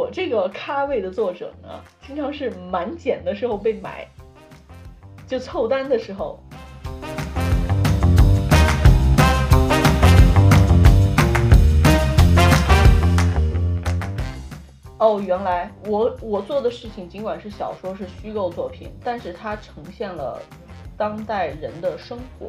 我这个咖位的作者呢，经常是满减的时候被买，就凑单的时候。哦，原来我做的事情尽管是小说，是虚构作品，但是它呈现了当代人的生活。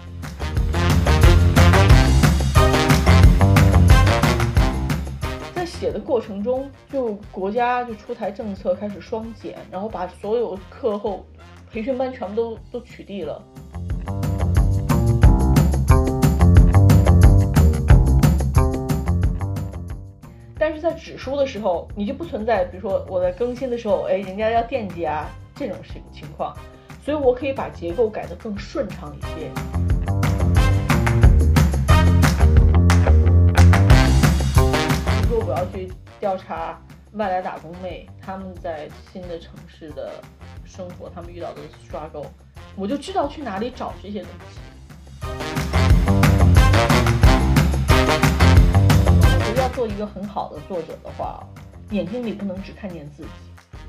在写的过程中，就国家就出台政策开始双减，然后把所有课后培训班全部都取缔了。但是在纸书的时候，你就不存在，比如说我在更新的时候，人家要惦记啊这种情况，所以我可以把结构改得更顺畅一些。如果我要去调查外来打工妹他们在新的城市的生活，他们遇到的struggle，我就知道去哪里找这些东西。要做一个很好的作者的话，眼睛里不能只看见自己。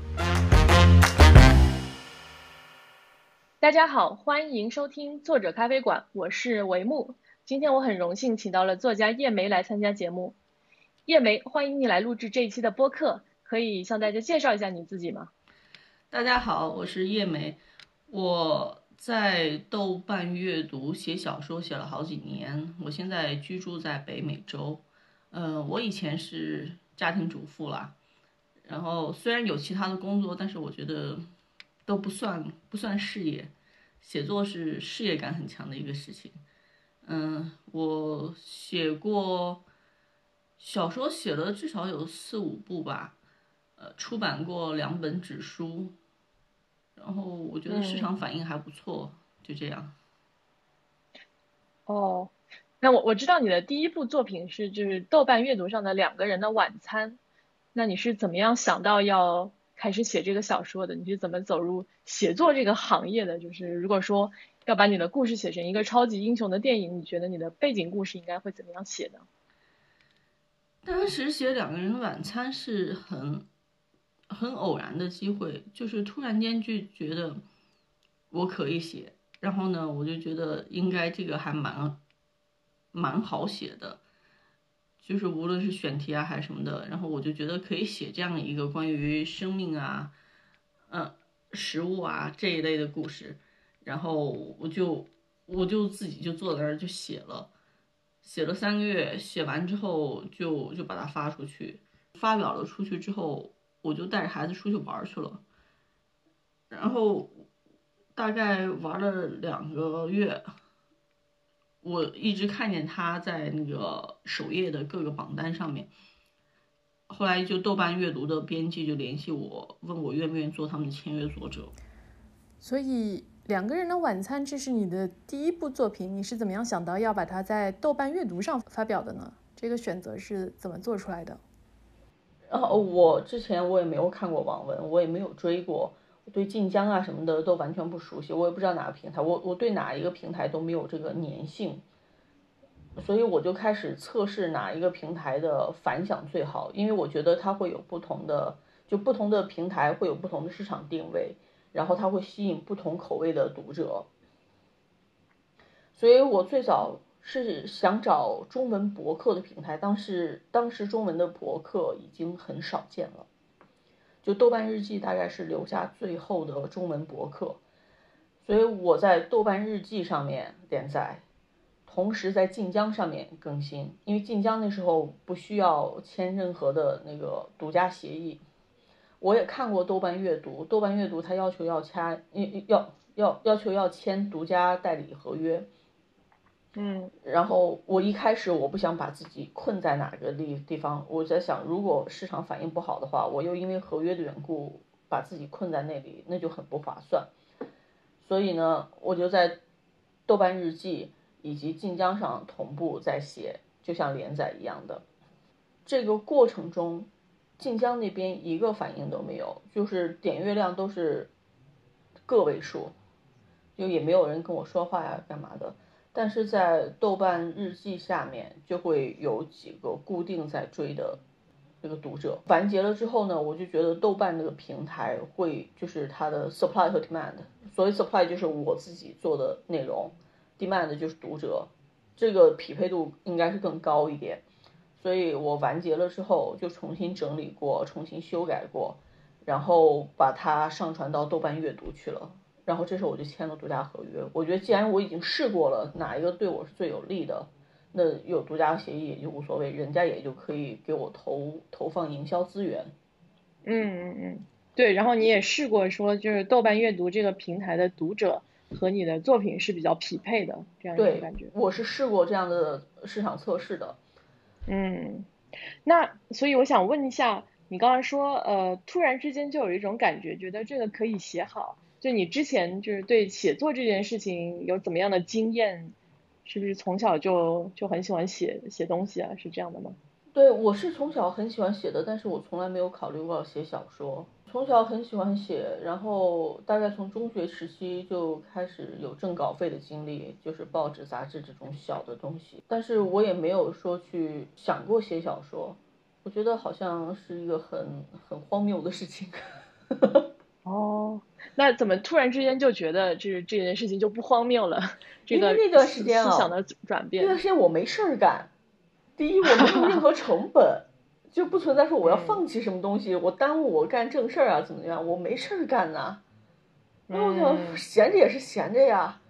大家好，欢迎收听作者咖啡馆，我是维木。今天我很荣幸请到了作家叶梅来参加节目。叶梅，欢迎你来录制这一期的播客，可以向大家介绍一下你自己吗？ 大家好，我是叶梅，我在豆瓣阅读写小说写了好几年，我现在居住在北美洲。我以前是家庭主妇啦，然后虽然有其他的工作，但是我觉得都不算事业，写作是事业感很强的一个事情。我写过小说，写了至少有4-5部吧，出版过2本纸书，然后我觉得市场反应还不错，就这样。 哦，那我知道你的第一部作品是就是豆瓣阅读上的2个人的晚餐，那你是怎么样想到要开始写这个小说的？你是怎么走入写作这个行业的？就是如果说要把你的故事写成一个超级英雄的电影，你觉得你的背景故事应该会怎么样写呢？ 当时写2个人的晚餐是很偶然的机会，就是突然间就觉得我可以写，然后呢，我就觉得应该这个还蛮好写的，就是无论是选题啊还是什么的，然后我就觉得可以写这样一个关于生命啊、食物啊这一类的故事，然后我就自己就坐在那儿就写了3个月，写完之后就把它发出去，发表了出去之后，我就带着孩子出去玩去了，然后大概玩了2个月，我一直看见他在那个首页的各个榜单上面。后来就豆瓣阅读的编辑就联系我，问我愿不愿意做他们的签约作者。 所以2个人的晚餐，这是你的第一部作品，你是怎么样想到要把它在豆瓣阅读上发表的呢？这个选择是怎么做出来的？ 我之前我也没有看过网文，我也没有追过，对晋江啊什么的都完全不熟悉，我也不知道哪个平台，我对哪一个平台都没有这个粘性，所以我就开始测试哪一个平台的反响最好，因为我觉得它会有不同的平台会有不同的市场定位，然后它会吸引不同口味的读者，所以我最早是想找中文博客的平台，当时中文的博客已经很少见了，就豆瓣日记大概是留下最后的中文博客，所以我在豆瓣日记上面连载，同时在晋江上面更新，因为晋江那时候不需要签任何的那个独家协议。我也看过豆瓣阅读，豆瓣阅读它要求要签独家代理合约。然后我一开始我不想把自己困在哪个地方，我在想，如果市场反应不好的话，我又因为合约的缘故把自己困在那里，那就很不划算。所以呢，我就在豆瓣日记以及晋江上同步在写，就像连载一样的。这个过程中，晋江那边一个反应都没有，就是点阅量都是个位数，就也没有人跟我说话呀干嘛的。但是在豆瓣日记下面就会有几个固定在追的那个读者。完结了之后呢，我就觉得豆瓣那个平台会就是它的 supply 和 demand， 所谓 supply 就是我自己做的内容， demand 就是读者，这个匹配度应该是更高一点。所以我完结了之后就重新整理过，重新修改过，然后把它上传到豆瓣阅读去了。然后这时候我就签了独家合约。我觉得既然我已经试过了哪一个对我是最有利的，那有独家协议也就无所谓，人家也就可以给我投放营销资源。 对，然后你也试过说就是豆瓣阅读这个平台的读者和你的作品是比较匹配的这样一种感觉。 对，我是试过这样的市场测试的。 那所以我想问一下，你刚刚说突然之间就有一种感觉，觉得这个可以写好，就你之前就是对写作这件事情有怎么样的经验？是不是从小就很喜欢写东西啊？是这样的吗？ 对，我是从小很喜欢写的，但是我从来没有考虑过要写小说。从小很喜欢写，然后大概从中学时期就开始有挣稿费的经历，就是报纸、杂志这种小的东西。但是我也没有说去想过写小说，我觉得好像是一个很荒谬的事情。 哦，那怎么突然之间就觉得这件事情就不荒谬了？这因为个那段时间啊， 思想的转变。 那段时间我没事儿干。第一，我没有任何成本，就不存在说我要放弃什么东西，我耽误我干正事儿啊，怎么样？我没事儿干呐。然后我想闲着也是闲着呀。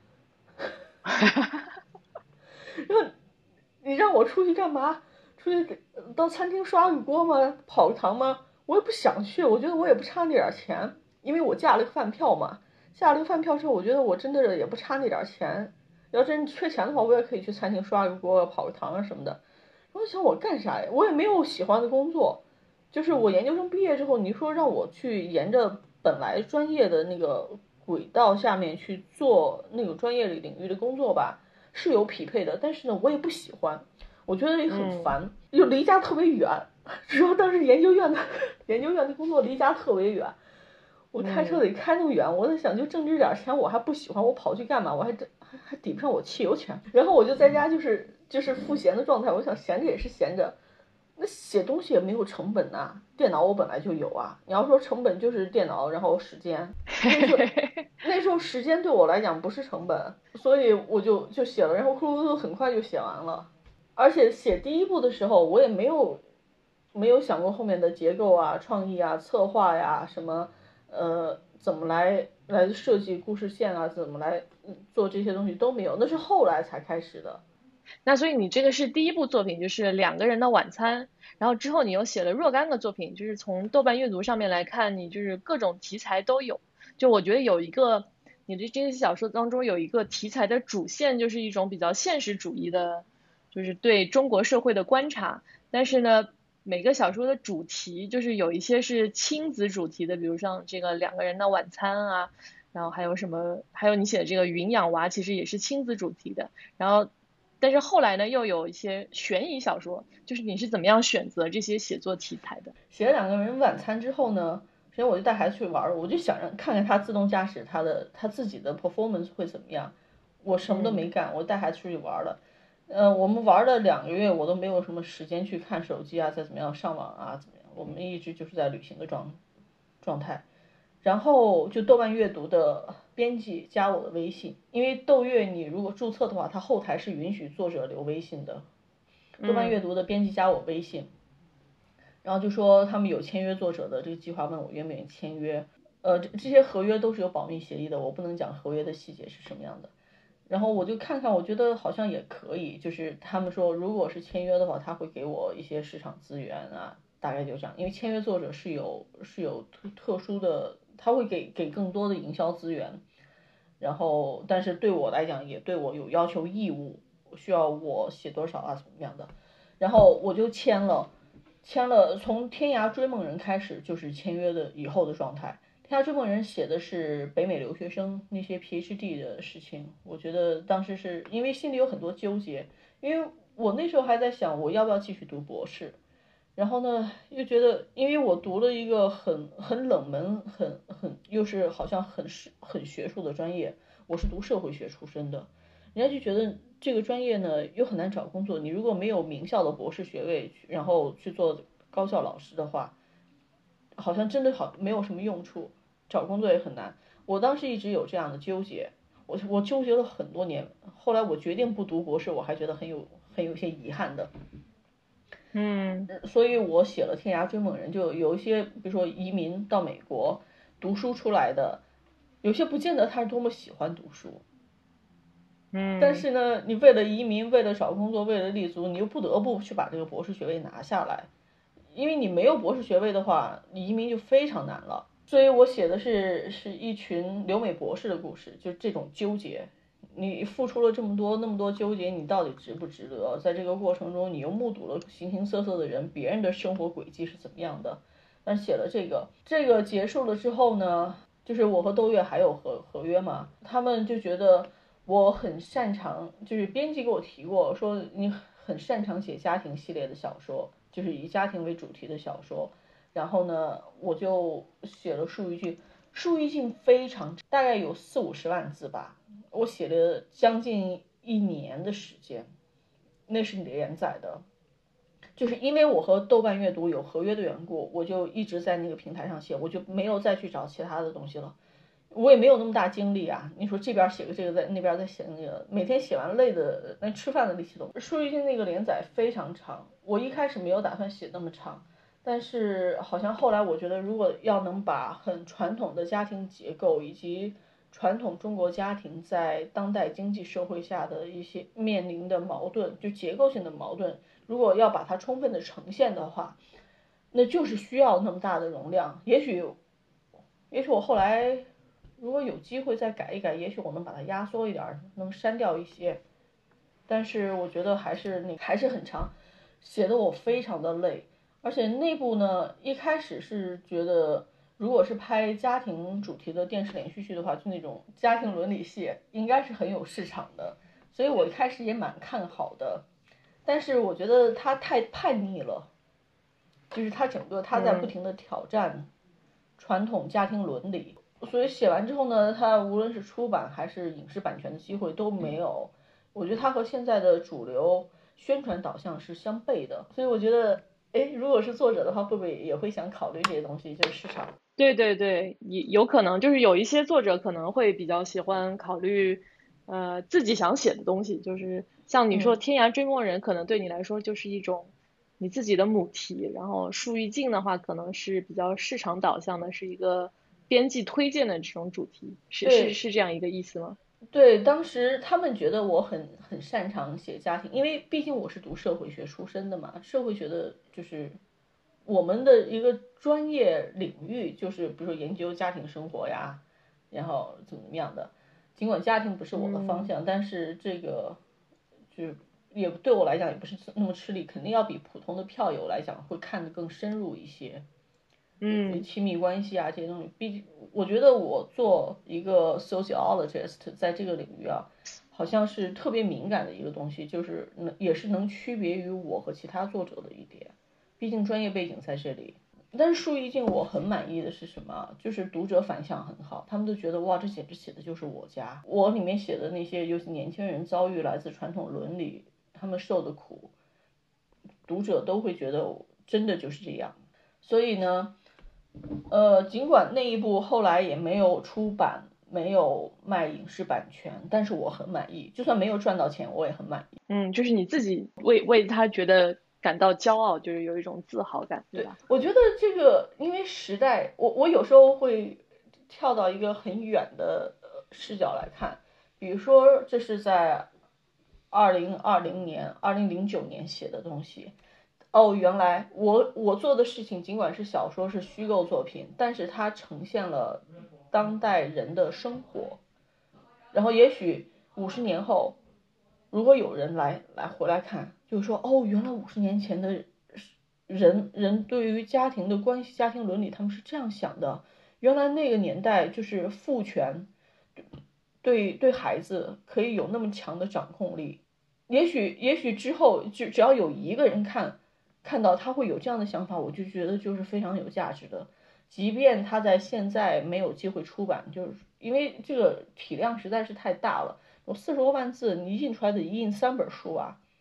然后你让我出去干嘛？出去到餐厅刷个锅吗？跑个堂吗？我也不想去，我觉得我也不差那点钱，因为我架了个饭票嘛。架了个饭票之后，我觉得我真的也不差那点钱。要真缺钱的话，我也可以去餐厅刷个锅、跑个堂啊什么的。我想我干啥呀？我也没有喜欢的工作，就是我研究生毕业之后，你说让我去沿着本来专业的那个轨道下面去做那个专业领域的工作吧，是有匹配的，但是呢，我也不喜欢，我觉得也很烦，又离家特别远。主要当时研究院的工作离家特别远，我开车得开那么远，我在想就挣这点钱我还不喜欢，我跑去干嘛？我还抵不上我汽油钱。然后我就在家就是赋闲的状态，我想闲着也是闲着，那写东西也没有成本呐，电脑我本来就有啊。你要说成本就是电脑，然后时间，那时候时间对我来讲不是成本，所以我就写了，然后呼噜噜很快就写完了。而且写第一部的时候，我也没有想过后面的结构啊、创意啊、策划呀什么，怎么来设计故事线啊，怎么来做这些东西都没有，那是后来才开始的。 那所以你这个是第一部作品，就是两个人的晚餐，然后之后你又写了若干个作品，就是从豆瓣阅读上面来看，你就是各种题材都有。就我觉得有一个你的这些小说当中有一个题材的主线，就是一种比较现实主义的，就是对中国社会的观察。但是呢，每个小说的主题就是有一些是亲子主题的，比如像这个两个人的晚餐啊，然后还有什么，还有你写的这个云养娃，其实也是亲子主题的。然后但是后来呢，又有一些悬疑小说，就是你是怎么样选择这些写作题材的？ 写了两个人晚餐之后呢，首先我就带孩子去玩，我就想看看他自动驾驶他自己的 performance 会怎么样。我什么都没干，我带孩子出去玩了。我们玩了2个月，我都没有什么时间去看手机啊，再怎么样上网啊，怎么样？我们一直就是在旅行的状态。然后就豆瓣阅读的编辑加我的微信，因为豆阅你如果注册的话，它后台是允许作者留微信的。豆瓣阅读的编辑加我微信，然后就说他们有签约作者的这个计划，问我愿不愿意签约。这些合约都是有保密协议的，我不能讲合约的细节是什么样的。然后我就看看，我觉得好像也可以，就是他们说如果是签约的话，他会给我一些市场资源啊，大概就这样。因为签约作者是有特殊的，他会给更多的营销资源。然后但是对我来讲也对我有要求义务，需要我写多少啊怎么样的。然后我就签了，从《天涯追梦人》开始就是签约的以后的状态。天涯追梦人写的是北美留学生那些 PhD 的事情，我觉得当时是因为心里有很多纠结，因为我那时候还在想我要不要继续读博士。然后呢，又觉得，因为我读了一个很冷门、又是好像很学术的专业，我是读社会学出身的，人家就觉得这个专业呢又很难找工作，你如果没有名校的博士学位，然后去做高校老师的话，好像真的没有什么用处，找工作也很难。我当时一直有这样的纠结，我纠结了很多年，后来我决定不读博士，我还觉得很有一些遗憾的。所以我写了《天涯追梦人》，就有一些比如说移民到美国读书出来的，有些不见得他是多么喜欢读书，但是呢，你为了移民，为了找工作，为了立足，你又不得不去把这个博士学位拿下来，因为你没有博士学位的话，你移民就非常难了。所以我写的是一群留美博士的故事，就这种纠结，你付出了那么多纠结，你到底值不值得？在这个过程中，你又目睹了形形色色的人，别人的生活轨迹是怎么样的。但写了这个结束了之后呢，就是我和窦月还有合约嘛，他们就觉得我很擅长，就是编辑给我提过，说你很擅长写家庭系列的小说，就是以家庭为主题的小说。然后呢，我就写了树欲静，树欲静非常大概有40-50万字吧，我写了将近1年的时间，那是连载的。就是因为我和豆瓣阅读有合约的缘故，我就一直在那个平台上写，我就没有再去找其他的东西了。我也没有那么大精力啊！你说这边写个这个，在那边再写那个，每天写完累的，连吃饭的力气都。树欲静那个连载非常长，我一开始没有打算写那么长，但是好像后来我觉得，如果要能把很传统的家庭结构以及传统中国家庭在当代经济社会下的一些面临的矛盾，就结构性的矛盾，如果要把它充分的呈现的话，那就是需要那么大的容量。也许我后来如果有机会再改一改，也许我能把它压缩一点，能删掉一些。但是我觉得还是很长，写的我非常的累。而且内部呢，一开始是觉得，如果是拍家庭主题的电视连续剧的话，就那种家庭伦理戏，应该是很有市场的，所以我一开始也蛮看好的。但是我觉得他太叛逆了，就是他整个他在不停的挑战传统家庭伦理，所以写完之后呢，他无论是出版还是影视版权的机会都没有。我觉得他和现在的主流宣传导向是相悖的，所以我觉得，如果是作者的话，会不会也会想考虑这些东西，就是市场？ 对对对，有可能就是有一些作者可能会比较喜欢考虑，自己想写的东西，就是像你说《天涯追梦人》，可能对你来说就是一种你自己的母题，然后树欲静的话，可能是比较市场导向的，是一个编辑推荐的这种主题，是这样一个意思吗？ 对，当时他们觉得我很擅长写家庭，因为毕竟我是读社会学出身的嘛，社会学的就是我们的一个专业领域，就是比如说研究家庭生活呀，然后怎么样的。尽管家庭不是我的方向，但是这个就是也对我来讲也不是那么吃力，肯定要比普通的票友来讲会看得更深入一些。亲密关系啊这些东西，毕竟我觉得我做一个 sociologist 在这个领域啊，好像是特别敏感的一个东西，就是也是能区别于我和其他作者的一点，毕竟专业背景在这里。但是树欲静我很满意的是什么？就是读者反响很好，他们都觉得哇，这简直写的就是我家。我里面写的那些，尤其年轻人遭遇来自传统伦理，他们受的苦，读者都会觉得真的就是这样。所以呢，尽管那一部后来也没有出版，没有卖影视版权，但是我很满意，就算没有赚到钱，我也很满意。 就是你自己为他觉得感到骄傲，就是有一种自豪感，对吧？ 我觉得这个，因为时代，我有时候会跳到一个很远的视角来看，比如说这是在2020年、2009年写的东西。原来我做的事情尽管是小说是虚构作品，但是它呈现了当代人的生活。然后也许50年后，如果有人回来看，就是说原来50年前的人对于家庭的关系、家庭伦理，他们是这样想的。原来那个年代就是父权对孩子可以有那么强的掌控力。也许之后只要有一个人看到他会有这样的想法，我就觉得就是非常有价值的。即便他在现在没有机会出版，就是因为这个体量实在是太大了，有40多万字，你印出来得一印3本书啊。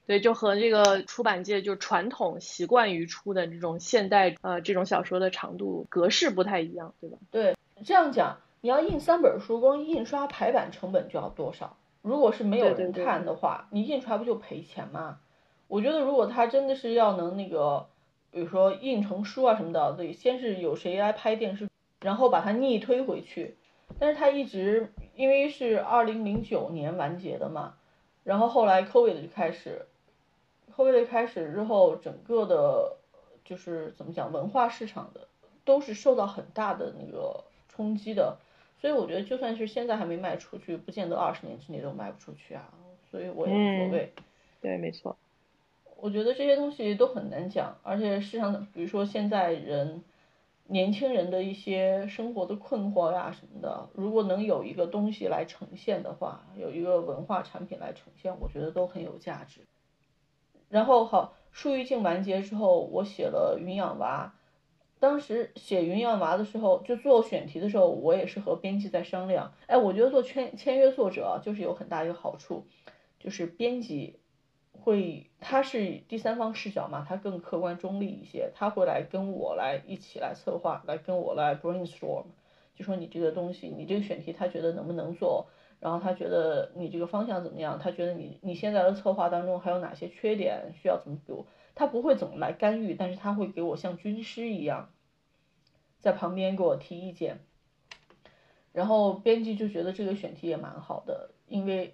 对，就和这个出版界就传统习惯于出的这种现代这种小说的长度格式不太一样，对吧？ 对，这样讲，你要印3本书，光印刷排版成本就要多少？如果是没有人看的话，你印出来不就赔钱吗？我觉得如果他真的是要能那个，比如说印成书啊什么的，对，先是有谁来拍电视，然后把它逆推回去。但是他一直因为是2009年完结的嘛，然后后来 COVID 就开始，COVID 开始之后，整个的，就是怎么讲，文化市场的都是受到很大的那个冲击的，所以我觉得就算是现在还没卖出去，不见得20年之内都卖不出去啊，所以我也无所谓。 对，没错。 我觉得这些东西都很难讲，而且市场，比如说现在年轻人的一些生活的困惑呀什么的，如果能有一个东西来呈现的话，有一个文化产品来呈现，我觉得都很有价值。然后好，树欲静完结之后，我写了云养娃。当时写云养娃的时候，就做选题的时候，我也是和编辑在商量。哎，我觉得做签约作者就是有很大一个好处，就是编辑他是第三方视角嘛，他更客观中立一些，他会来跟我一起来策划，来跟我来 brainstorm， 就说你这个东西，你这个选题他觉得能不能做，然后他觉得你这个方向怎么样，他觉得你现在的策划当中还有哪些缺点需要怎么补，他不会怎么来干预，但是他会给我像军师一样在旁边给我提意见。然后编辑就觉得这个选题也蛮好的，因为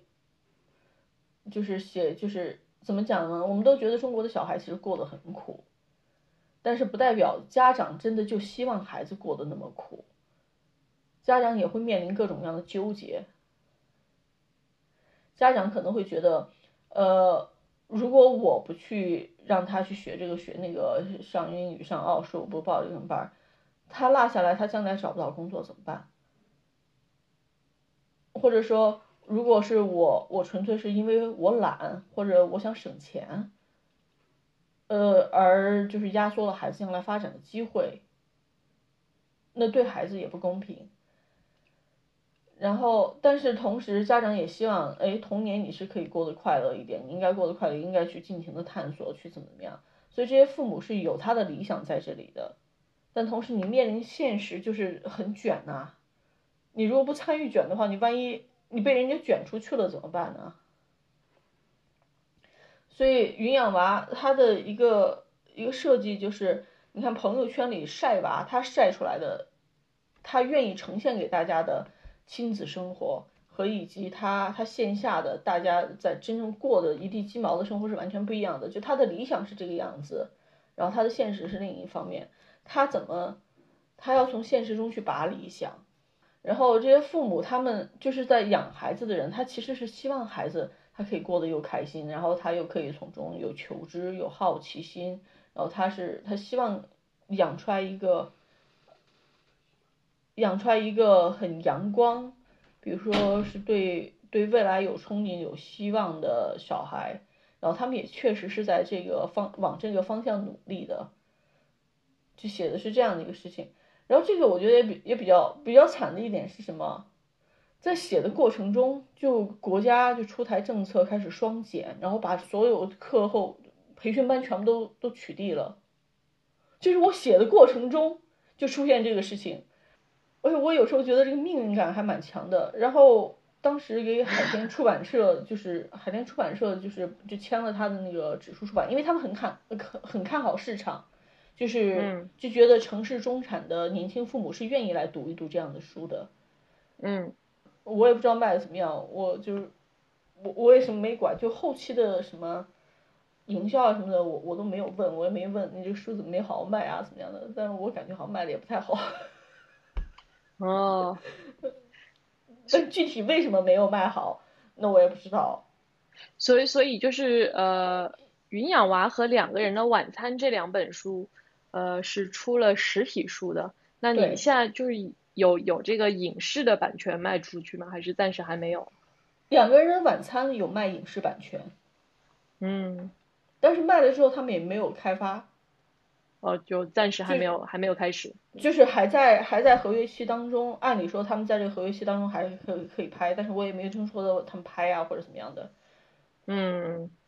就是怎么讲呢，我们都觉得中国的小孩其实过得很苦，但是不代表家长真的就希望孩子过得那么苦，家长也会面临各种各样的纠结。家长可能会觉得，如果我不去让他去学这个学那个，上英语上奥数，不报这种班，他落下来，他将来找不到工作怎么办？或者说，如果是我纯粹是因为我懒或者我想省钱，而就是压缩了孩子将来发展的机会，那对孩子也不公平。然后，但是同时，家长也希望，哎，童年你是可以过得快乐一点，你应该过得快乐，应该去尽情的探索，去怎么样。所以这些父母是有他的理想在这里的，但同时你面临现实就是很卷呐。你如果不参与卷的话，你万一你被人家卷出去了怎么办呢？所以云养娃它的一个设计就是，你看朋友圈里晒娃，他晒出来的，他愿意呈现给大家的亲子生活和以及他线下的大家在真正过的一地鸡毛的生活是完全不一样的。就他的理想是这个样子，然后他的现实是另一方面，他要从现实中去拔理想。然后这些父母他们就是在养孩子的人，他其实是希望孩子他可以过得又开心，然后他又可以从中有求知有好奇心，然后他希望养出来一个很阳光，比如说是对未来有憧憬有希望的小孩，然后他们也确实是在往这个方向努力的，就写的是这样的一个事情。然后这个我觉得也比较惨的一点是什么？在写的过程中，就国家就出台政策开始双减，然后把所有课后培训班全部都取缔了。就是我写的过程中就出现这个事情，而且我有时候觉得这个命运感还蛮强的。然后当时给海天出版社就签了他的那个指数出版，因为他们很看好市场。就觉得城市中产的年轻父母是愿意来读一读这样的书的。我也不知道卖的怎么样，我也什么没管，就后期的什么营销啊什么的，我都没有问，我也没问你这个书怎么没好好卖啊怎么样的，但是我感觉好像卖的也不太好。但具体为什么没有卖好，那我也不知道。 所以就是云养娃和两个人的晚餐这2本书，是出了实体书的。那你现在就是有这个影视的版权卖出去吗？还是暂时还没有？ 两个人的晚餐有卖影视版权，但是卖了之后他们也没有开发。 就暂时还没有开始， 就是还在合约期当中。按理说他们在这个合约期当中还可以拍，但是我也没有听说的他们拍啊或者怎么样的。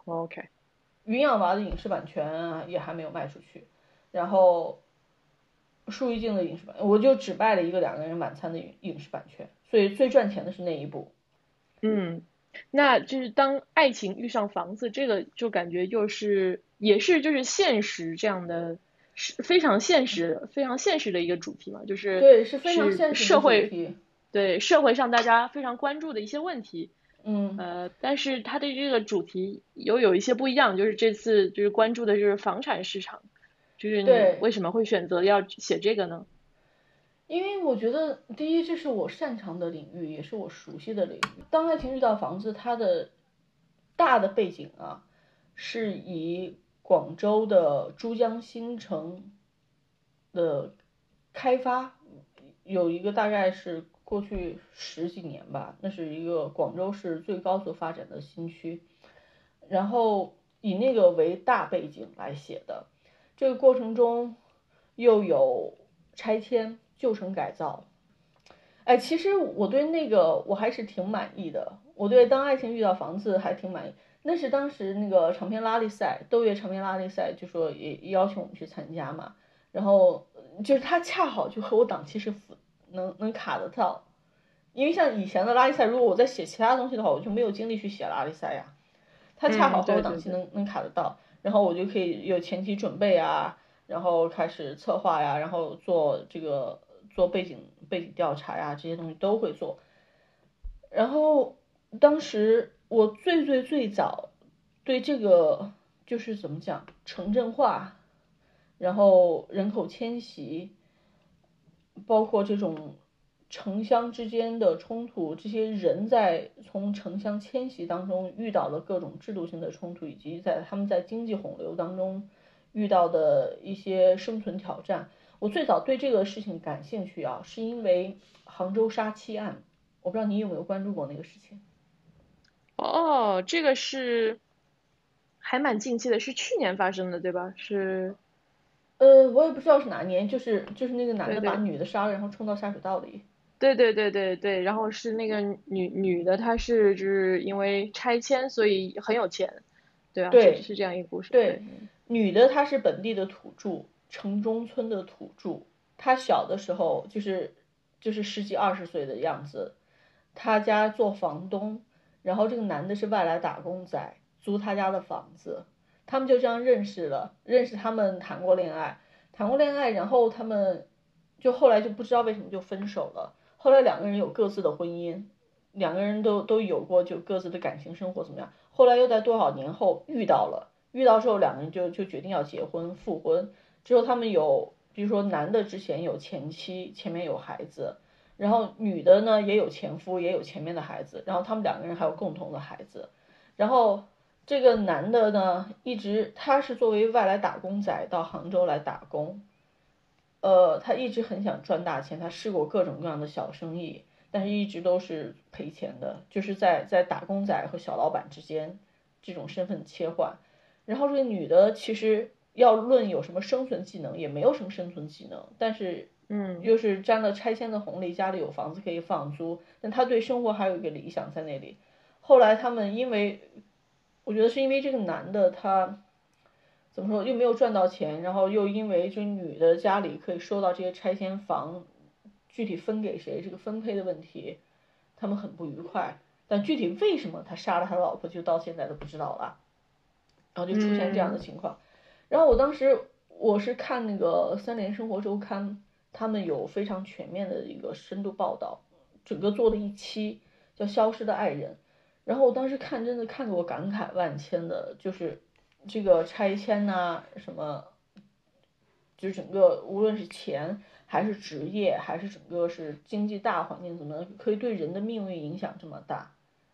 OK。 云养娃的影视版权也还没有卖出去，然后树欲静的影视版，我就只卖了一个两个人晚餐的影视版权，所以最赚钱的是那一部。 那就是当爱情遇上房子，这个就感觉也是就是现实这样的，是非常现实、非常现实的一个主题嘛，就是对，是非常现实的主题。 对社会上大家非常关注的一些问题。 嗯， 但是它的这个主题有一些不一样，就是这次就是关注的就是房产市场，就是你对， 为什么会选择要写这个呢？ 因为我觉得第一，这是我擅长的领域，也是我熟悉的领域。当爱情遇到房子，它的大的背景啊，是以广州的珠江新城的开发，有一个大概是过去十几年吧，那是一个广州市最高速发展的新区，然后以那个为大背景来写的。这个过程中又有拆迁、旧城改造。哎，其实我对那个我还是挺满意的，我对《当爱情遇到房子》还挺满意。那是当时那个长篇拉力赛，窦唯长篇拉力赛，就说也邀请我们去参加嘛。然后就是他恰好就和我档期是能卡得到，因为像以前的拉力赛，如果我在写其他东西的话，我就没有精力去写拉力赛呀。他恰好和我档期能卡得到，然后我就可以有前期准备啊，然后开始策划呀，然后做背景调查呀，这些东西都会做。然后当时我最早对这个就是怎么讲城镇化，然后人口迁徙，包括这种城乡之间的冲突，这些人在从城乡迁徙当中遇到的各种制度性的冲突，以及他们在经济洪流当中遇到的一些生存挑战。我最早对这个事情感兴趣啊，是因为杭州杀妻案，我不知道你有没有关注过那个事情。 哦，这个是还蛮近期的，是去年发生的，对吧？是， 我也不知道是哪年，就是那个男的把对对女的杀了，然后冲到下水道里。 对对对对对，然后是那个女的，她是就是因为拆迁，所以很有钱，对啊，是对是这样一个故事， 对， 对， 女的她是本地的土著，城中村的土著。她小的时候就是十几20岁的样子，她家做房东，然后这个男的是外来打工仔，租他家的房子，他们就这样认识了，他们谈过恋爱，然后他们就后来就不知道为什么就分手了。后来两个人有各自的婚姻，两个人都有过就各自的感情生活怎么样？后来又在多少年后遇到了，遇到之后两个人就决定要结婚复婚。之后他们有，比如说男的之前有前妻，前面有孩子，然后女的呢也有前夫，也有前面的孩子，然后他们两个人还有共同的孩子。然后这个男的呢，一直他是作为外来打工仔到杭州来打工，他一直很想赚大钱，他试过各种各样的小生意，但是一直都是赔钱的，就是在打工仔和小老板之间这种身份切换。然后这个女的其实要论有什么生存技能，也没有什么生存技能，但是又是沾了拆迁的红利，家里有房子可以放租，但她对生活还有一个理想在那里。后来他们因为，我觉得是因为这个男的他怎么说又没有赚到钱，然后又因为这女的家里可以收到这些拆迁房，具体分给谁这个分配的问题，他们很不愉快。但具体为什么他杀了他的老婆，就到现在都不知道了。然后就出现这样的情况。然后我当时我是看那个三联生活周刊，他们有非常全面的一个深度报道，整个做了一期叫《消失的爱人》。然后我当时看，真的看得我感慨万千的，就是这个拆迁呐、什么，就是整个无论是钱还是职业，还是整个是经济大环境，怎么可以对人的命运影响这么大？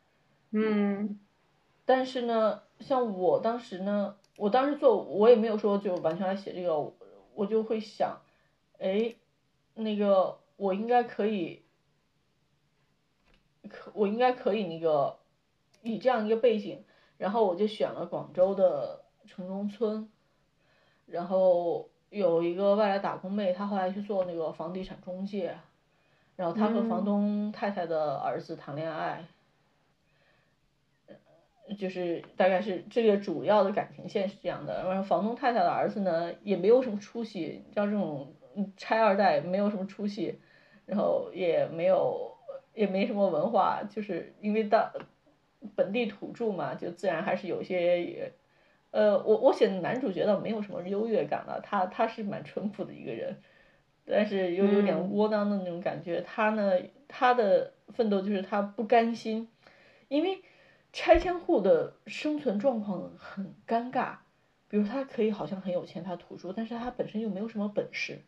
但是呢，像我当时呢，我当时做，我也没有说就完全来写这个，我就会想，哎，那个我应该可以那个以这样一个背景，然后我就选了广州的城中村，然后有一个外来打工妹，她后来去做那个房地产中介，然后她和房东太太的儿子谈恋爱， 就是大概是这个主要的感情线是这样的。然后房东太太的儿子呢也没有什么出息，像这种拆二代没有什么出息，然后也没什么文化，就是因为本地土著嘛，就自然还是有些我写的男主角倒没有什么优越感了，他是蛮淳朴的一个人，但是又有点窝囊的那种感觉。他呢，他的奋斗就是他不甘心，因为拆迁户的生存状况很尴尬，比如他可以好像很有钱，他土著，但是他本身又没有什么本事，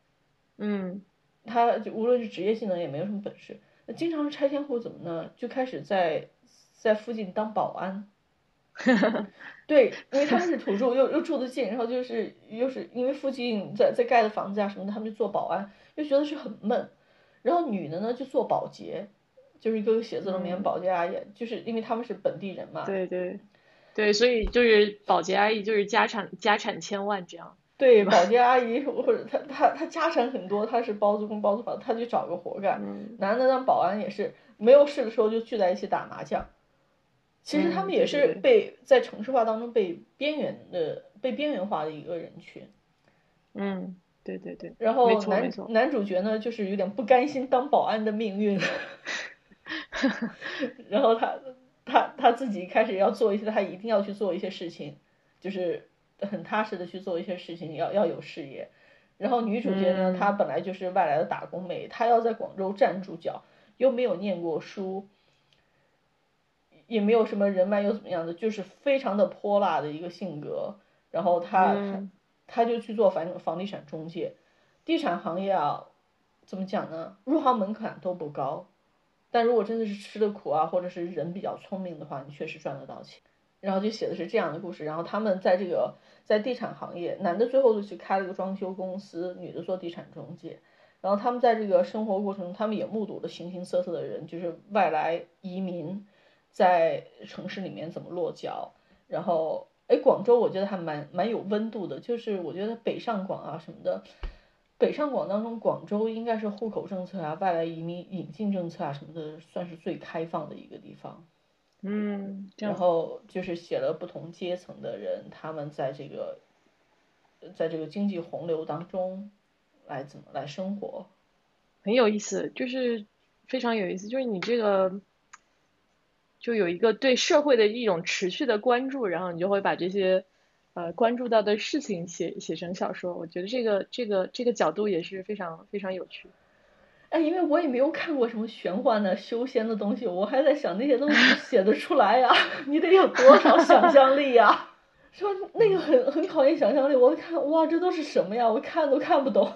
他就无论是职业技能也没有什么本事。那经常拆迁户怎么呢？就开始在附近当保安。对，因为他们是土著，又住得近，然后又是因为附近在盖的房子啊什么的，他们就做保安，就觉得是很闷。然后女的呢就做保洁，就是一个写字楼里面保洁阿姨，就是因为他们是本地人嘛。 对对对，所以就是保洁阿姨就是家产千万这样。 对，保洁阿姨或者她家产很多，她是包租公包租婆，她去找个活干。男的当保安也是没有事的时候就聚在一起打麻将。其实他们也是在城市化当中被边缘化的一个人群。 对对对。 然后没错男主角呢，就是有点不甘心当保安的命运，然后他自己开始要做一些，他一定要去做一些事情，就是很踏实的去做一些事情，要有事业。然后女主角呢，她本来就是外来的打工妹，她要在广州站住脚，又没有念过书，也没有什么人脉又怎么样的，就是非常的泼辣的一个性格。然后他就去做房地产中介。地产行业啊，怎么讲呢？入行门槛都不高，但如果真的是吃的苦啊，或者是人比较聪明的话，你确实赚得到钱。然后就写的是这样的故事。然后他们在地产行业，男的最后就去开了个装修公司，女的做地产中介。然后他们在这个生活过程中，他们也目睹了形形色色的人，就是外来移民在城市里面怎么落脚。然后广州我觉得还蛮有温度的，就是我觉得北上广啊什么的，北上广当中，广州应该是户口政策啊、外来移民引进政策啊什么的，算是最开放的一个地方。然后就是写了不同阶层的人，他们在这个经济洪流当中怎么来生活， 很有意思，就是非常有意思，就是你这个就有一个对社会的一种持续的关注，然后你就会把这些关注到的事情写成小说。我觉得这个角度也是非常非常有趣。 因为我也没有看过什么玄幻的修仙的东西，我还在想那些东西写得出来呀？你得有多少想象力呀？说那个很考验想象力，我看哇，这都是什么呀？我看都看不懂。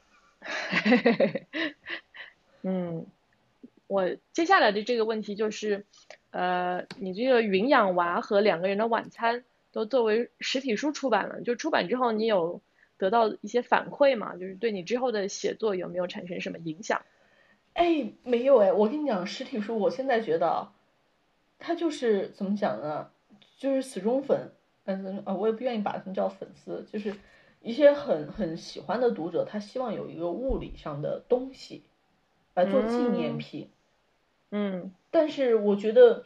我接下来的这个问题就是，你这个云养娃和两个人的晚餐都作为实体书出版了，就出版之后你有得到一些反馈吗？就是对你之后的写作有没有产生什么影响？ 没有我跟你讲，实体书我现在觉得，它就是怎么讲呢？就是死忠粉，我也不愿意把他们叫粉丝，就是一些很喜欢的读者，他希望有一个物理上的东西来做纪念品。但是我觉得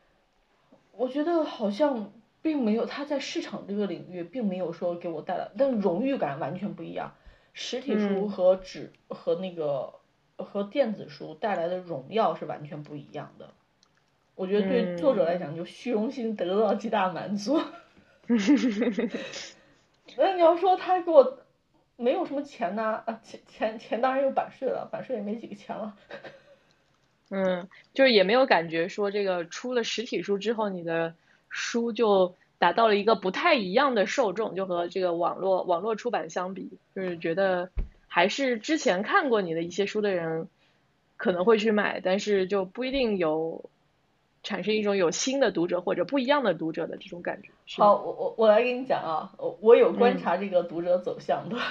好像并没有，他在市场这个领域并没有说给我带来，但荣誉感完全不一样。实体书和和电子书带来的荣耀是完全不一样的。我觉得对作者来讲，就虚荣心得到极大满足。那你要说他给我没有什么钱呢？钱当然有版税了，版税也没几个钱了。 就是也没有感觉说这个出了实体书之后，你的书就达到了一个不太一样的受众，就和这个网络出版相比，就是觉得还是之前看过你的一些书的人可能会去买，但是就不一定产生一种有新的读者或者不一样的读者的这种感觉。 好，我来给你讲啊，我有观察这个读者走向的。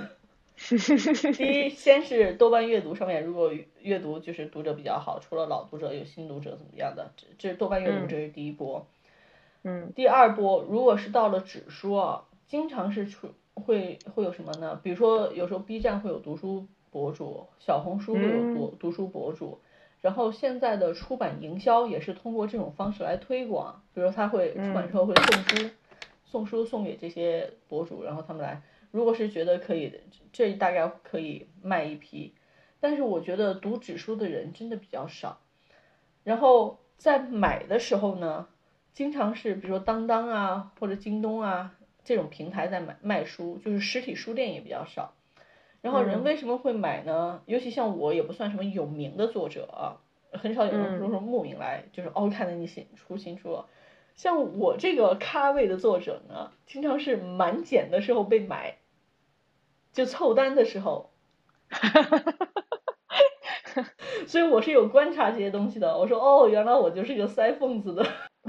第一，先是豆瓣阅读上面，如果阅读就是读者比较好，除了老读者有新读者怎么样的，这是豆瓣阅读，这是第一波。第二波，如果是到了纸书啊，经常是会有什么呢？比如说有时候 B 站会有读书博主，小红书会有读书博主， 然后现在的出版营销也是通过这种方式来推广，比如他会出版社会送书送给这些博主，然后他们来，如果是觉得可以，这大概可以卖一批。但是我觉得读纸书的人真的比较少，然后在买的时候呢，经常是比如说当当啊或者京东啊这种平台在卖书，就是实体书店也比较少。然后人为什么会买呢？尤其像我也不算什么有名的作者啊，很少有人说慕名来，就是看到你出新书了。像我这个咖位的作者呢，经常是满减的时候被买，就凑单的时候。所以我是有观察这些东西的。我说原来我就是个塞缝子的。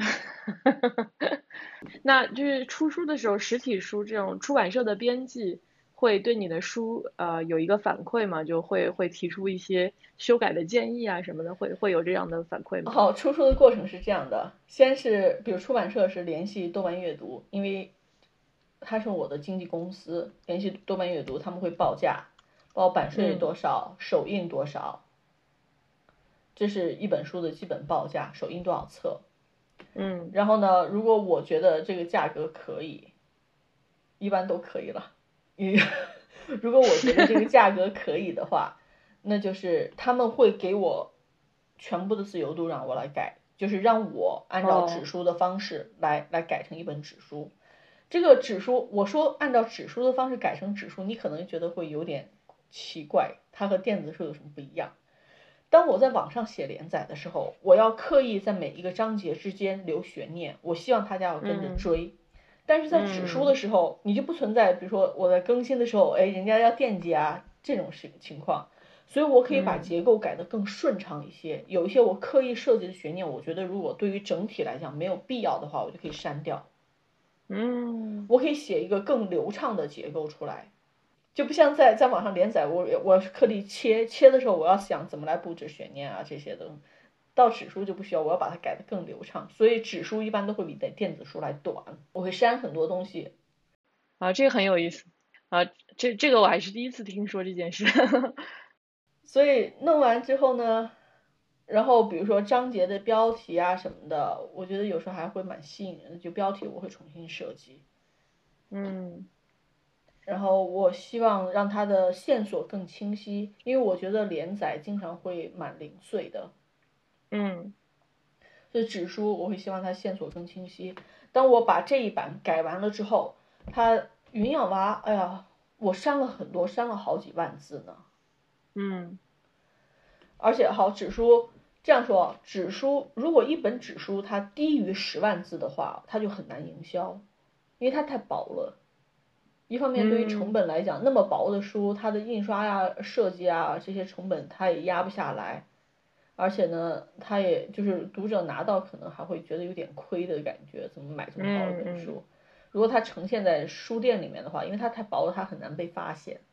那就是出书的时候，实体书这种出版社的编辑会对你的书有一个反馈吗？就会提出一些修改的建议啊什么的，会有这样的反馈吗？ 好，出书的过程是这样的，先是比如出版社是联系豆瓣阅读，因为它是我的经纪公司，联系豆瓣阅读，他们会报价，报版税多少，首印多少，这是一本书的基本报价，首印多少册。然后呢，如果我觉得这个价格可以，一般都可以了。如果我觉得这个价格可以的话，那就是他们会给我全部的自由度让我来改，就是让我按照纸书的方式来改成一本纸书。这个纸书，我说按照纸书的方式改成纸书，你可能觉得会有点奇怪，它和电子书有什么不一样？当我在网上写连载的时候，我要刻意在每一个章节之间留悬念，我希望大家要跟着追。但是在纸书的时候，你就不存在，比如说我在更新的时候，人家要惦记啊这种情况，所以我可以把结构改得更顺畅一些。有一些我刻意设计的悬念，我觉得如果对于整体来讲没有必要的话，我就可以删掉。我可以写一个更流畅的结构出来。就不像在网上连载，我刻意切的时候，我要想怎么来布置悬念啊这些的。到纸书就不需要，我要把它改得更流畅，所以纸书一般都会比电子书来短，我会删很多东西。 这个很有意思啊，这个我还是第一次听说这件事。 所以弄完之后呢，然后比如说章节的标题啊什么的，我觉得有时候还会蛮吸引人的，就标题我会重新设计。然后我希望让它的线索更清晰，因为我觉得连载经常会蛮零碎的。所以纸书我会希望它线索更清晰。当我把这一版改完了之后，它云养娃，哎呀，我删了很多，删了好几万字呢。而且好，纸书这样说，纸书如果一本纸书它低于10万字的话，它就很难营销，因为它太薄了。一方面对于成本来讲，那么薄的书，它的印刷呀、设计啊这些成本它也压不下来，而且呢，它也就是读者拿到可能还会觉得有点亏的感觉，怎么买这么薄的本书？如果它呈现在书店里面的话，因为它太薄了，它很难被发现。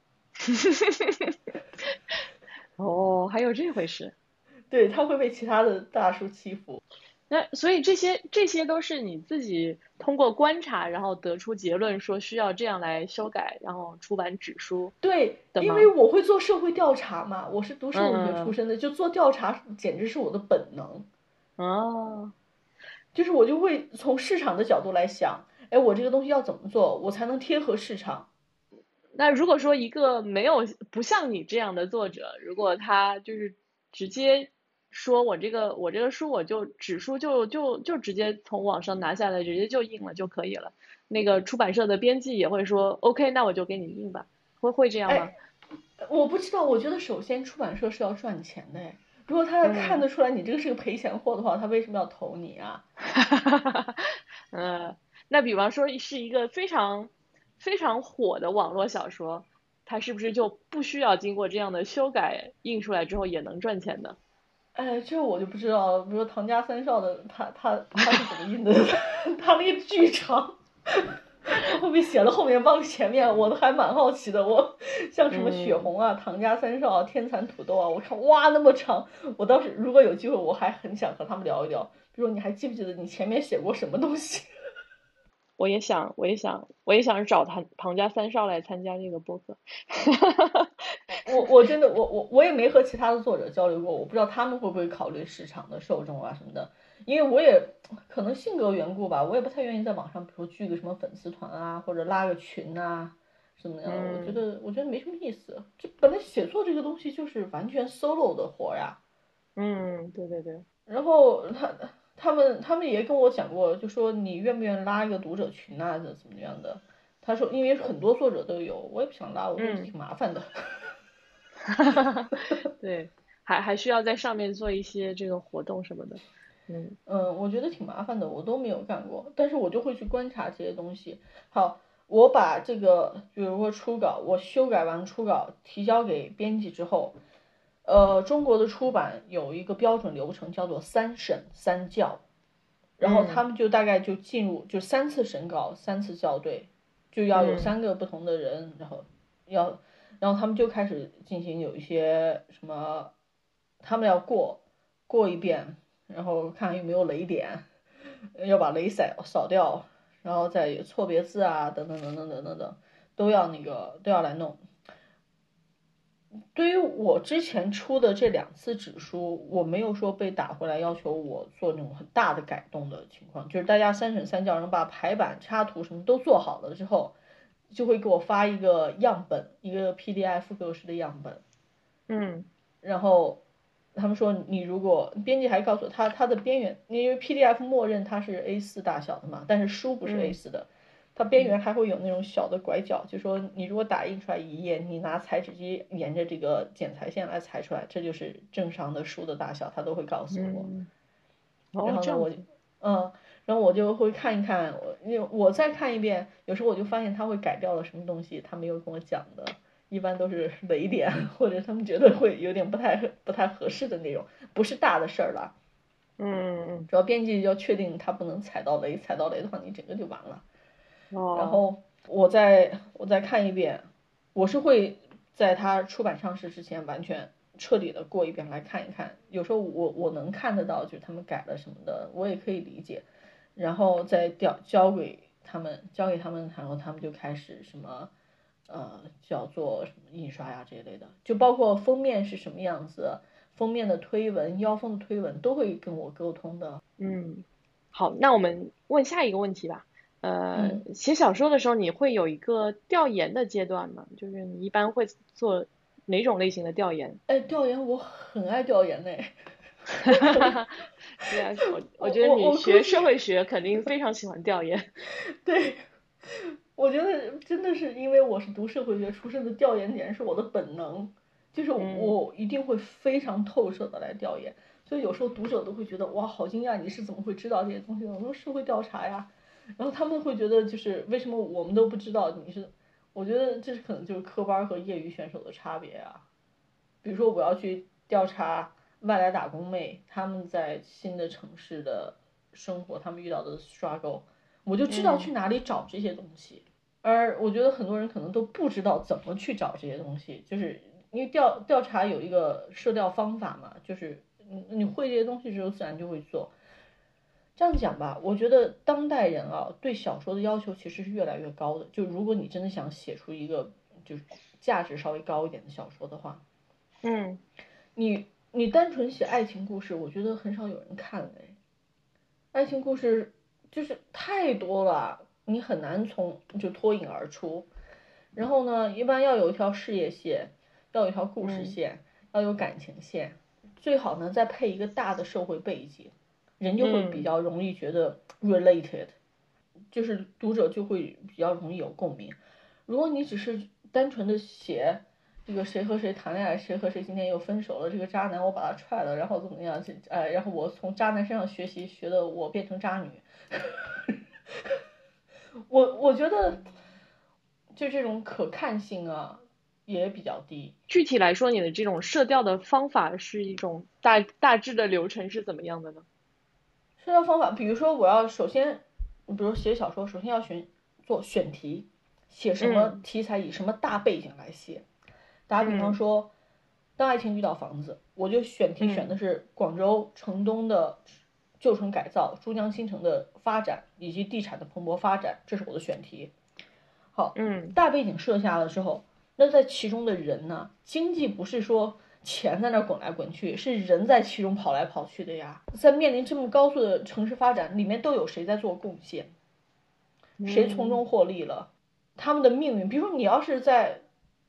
还有这回事。 对，它会被其他的大书欺负。 那所以这些都是你自己通过观察，然后得出结论说需要这样来修改，然后出版纸书。 对，因为我会做社会调查嘛，我是读社会学出身的，就做调查简直是我的本能。就是我就会从市场的角度来想，我这个东西要怎么做，我才能贴合市场。 那如果说一个不像你这样的作者，如果他就是直接说我这个书我就纸书就直接从网上拿下来，直接就印了就可以了，那个出版社的编辑也会说 OK， 那我就给你印吧，会这样吗？ 我不知道，我觉得首先出版社是要赚钱的，如果他看得出来你这个是个赔钱货的话，他为什么要投你啊？ 那比方说是一个非常非常火的网络小说，它是不是就不需要经过这样的修改，印出来之后也能赚钱的？ 这我就不知道了。比如说唐家三少的，他是怎么印的？他那个巨长，他会不会写了后面帮前面？我都还蛮好奇的。我像什么血红啊、唐家三少啊、天蚕土豆啊，我看哇那么长，我当时如果有机会，我还很想和他们聊一聊。比如你还记不记得你前面写过什么东西？ 我也想找唐家三少来参加这个播客。 我真的我也没和其他的作者交流过，我不知道他们会不会考虑市场的受众啊什么的，因为我也可能性格缘故吧，我也不太愿意在网上，比如说聚个什么粉丝团啊，或者拉个群啊什么样的，我觉得没什么意思。这本来写作这个东西就是完全 solo 的活呀。 对对对。 然后他们也跟我讲过，就说你愿不愿意拉一个读者群啊，怎么样的？他说因为很多作者都有，我也不想拉，我觉得挺麻烦的。 对，还需要在上面做一些这个活动什么的。 我觉得挺麻烦的，我都没有干过，但是我就会去观察这些东西。好，我把这个，比如说初稿，我修改完初稿提交给编辑之后，中国的出版有一个标准流程叫做3审3校，然后他们就大概就进入就3次审稿3次校对，就要有3个不同的人，然后他们就开始进行有一些什么，他们要过一遍。然后看有没有雷点，要把雷扫掉，然后再有错别字啊，等等等等等等等，都要来弄。对于我之前出的这2次纸书，我没有说被打回来要求我做那种很大的改动的情况，就是大家3审3校，然后把排版、插图什么都做好了之后，就会给我发一个样本，一个 PDF 格式的样本，然后。他们说你如果编辑还告诉我它的边缘，因为 PDF 默认它是 A4 大小的嘛，但是书不是 A4 的，它边缘还会有那种小的拐角，就说你如果打印出来一页，你拿裁纸机沿着这个剪裁线来裁出来，这就是正常的书的大小，它都会告诉我。然后呢，然后我就会看一看，我再看一遍，有时候我就发现他会改掉了什么东西，他没有跟我讲的。一般都是雷点，或者他们觉得会有点不太合适的内容，不是大的事儿了。主要编辑要确定他不能踩到雷，踩到雷的话，你整个就完了。然后我再看一遍，我是会在他出版上市之前完全彻底的过一遍来看一看。有时候我能看得到，就是他们改了什么的，我也可以理解。然后再交给他们，然后他们就开始什么。叫做什么印刷呀这一类的，就包括封面是什么样子，封面的推文、腰封的推文都会跟我沟通的。 好，那我们问下一个问题吧。写小说的时候你会有一个调研的阶段吗？就是你一般会做哪种类型的调研？ 调研我很爱调研嘞。 对啊，我觉得你学社会学肯定非常喜欢调研。 对。我觉得真的是因为我是读社会学出身的，调研简直是我的本能，就是我一定会非常透彻的来调研，所以有时候读者都会觉得哇好惊讶，你是怎么会知道这些东西的？我说社会调查呀，然后他们会觉得就是为什么我们都不知道你是，我觉得这是可能就是科班和业余选手的差别啊。比如说我要去调查外来打工妹他们在新的城市的生活，他们遇到的 struggle， 我就知道去哪里找这些东西。而我觉得很多人可能都不知道怎么去找这些东西，就是因为调查有一个社调方法嘛，就是你会这些东西之后自然就会做。这样讲吧，我觉得当代人啊对小说的要求其实是越来越高的，就如果你真的想写出一个就是价值稍微高一点的小说的话，你单纯写爱情故事，我觉得很少有人看嘞。爱情故事就是太多了，你很难就脱颖而出。然后呢，一般要有一条事业线，要有一条故事线，要有感情线，最好呢再配一个大的社会背景，人就会比较容易觉得 related，就是读者就会比较容易有共鸣。如果你只是单纯的写这个谁和谁谈恋爱，谁和谁今天又分手了，这个渣男我把他踹了，然后怎么样？然后我从渣男身上学习，学的我变成渣女。我觉得就这种可看性啊也比较低。 具体来说，你的这种社调的方法是一种大致的流程是怎么样的呢？ 社调方法，比如说我要首先，比如写小说，首先要做选题，写什么题材，以什么大背景来写。打比方说，当爱情遇到房子，我就选题选的是广州、城东的旧城改造、珠江新城的发展以及地产的蓬勃发展，这是我的选题。好，大背景设下了之后，那在其中的人呢，经济不是说钱在那滚来滚去，是人在其中跑来跑去的呀。在面临这么高速的城市发展里面，都有谁在做贡献，谁从中获利了，他们的命运。比如说你要是在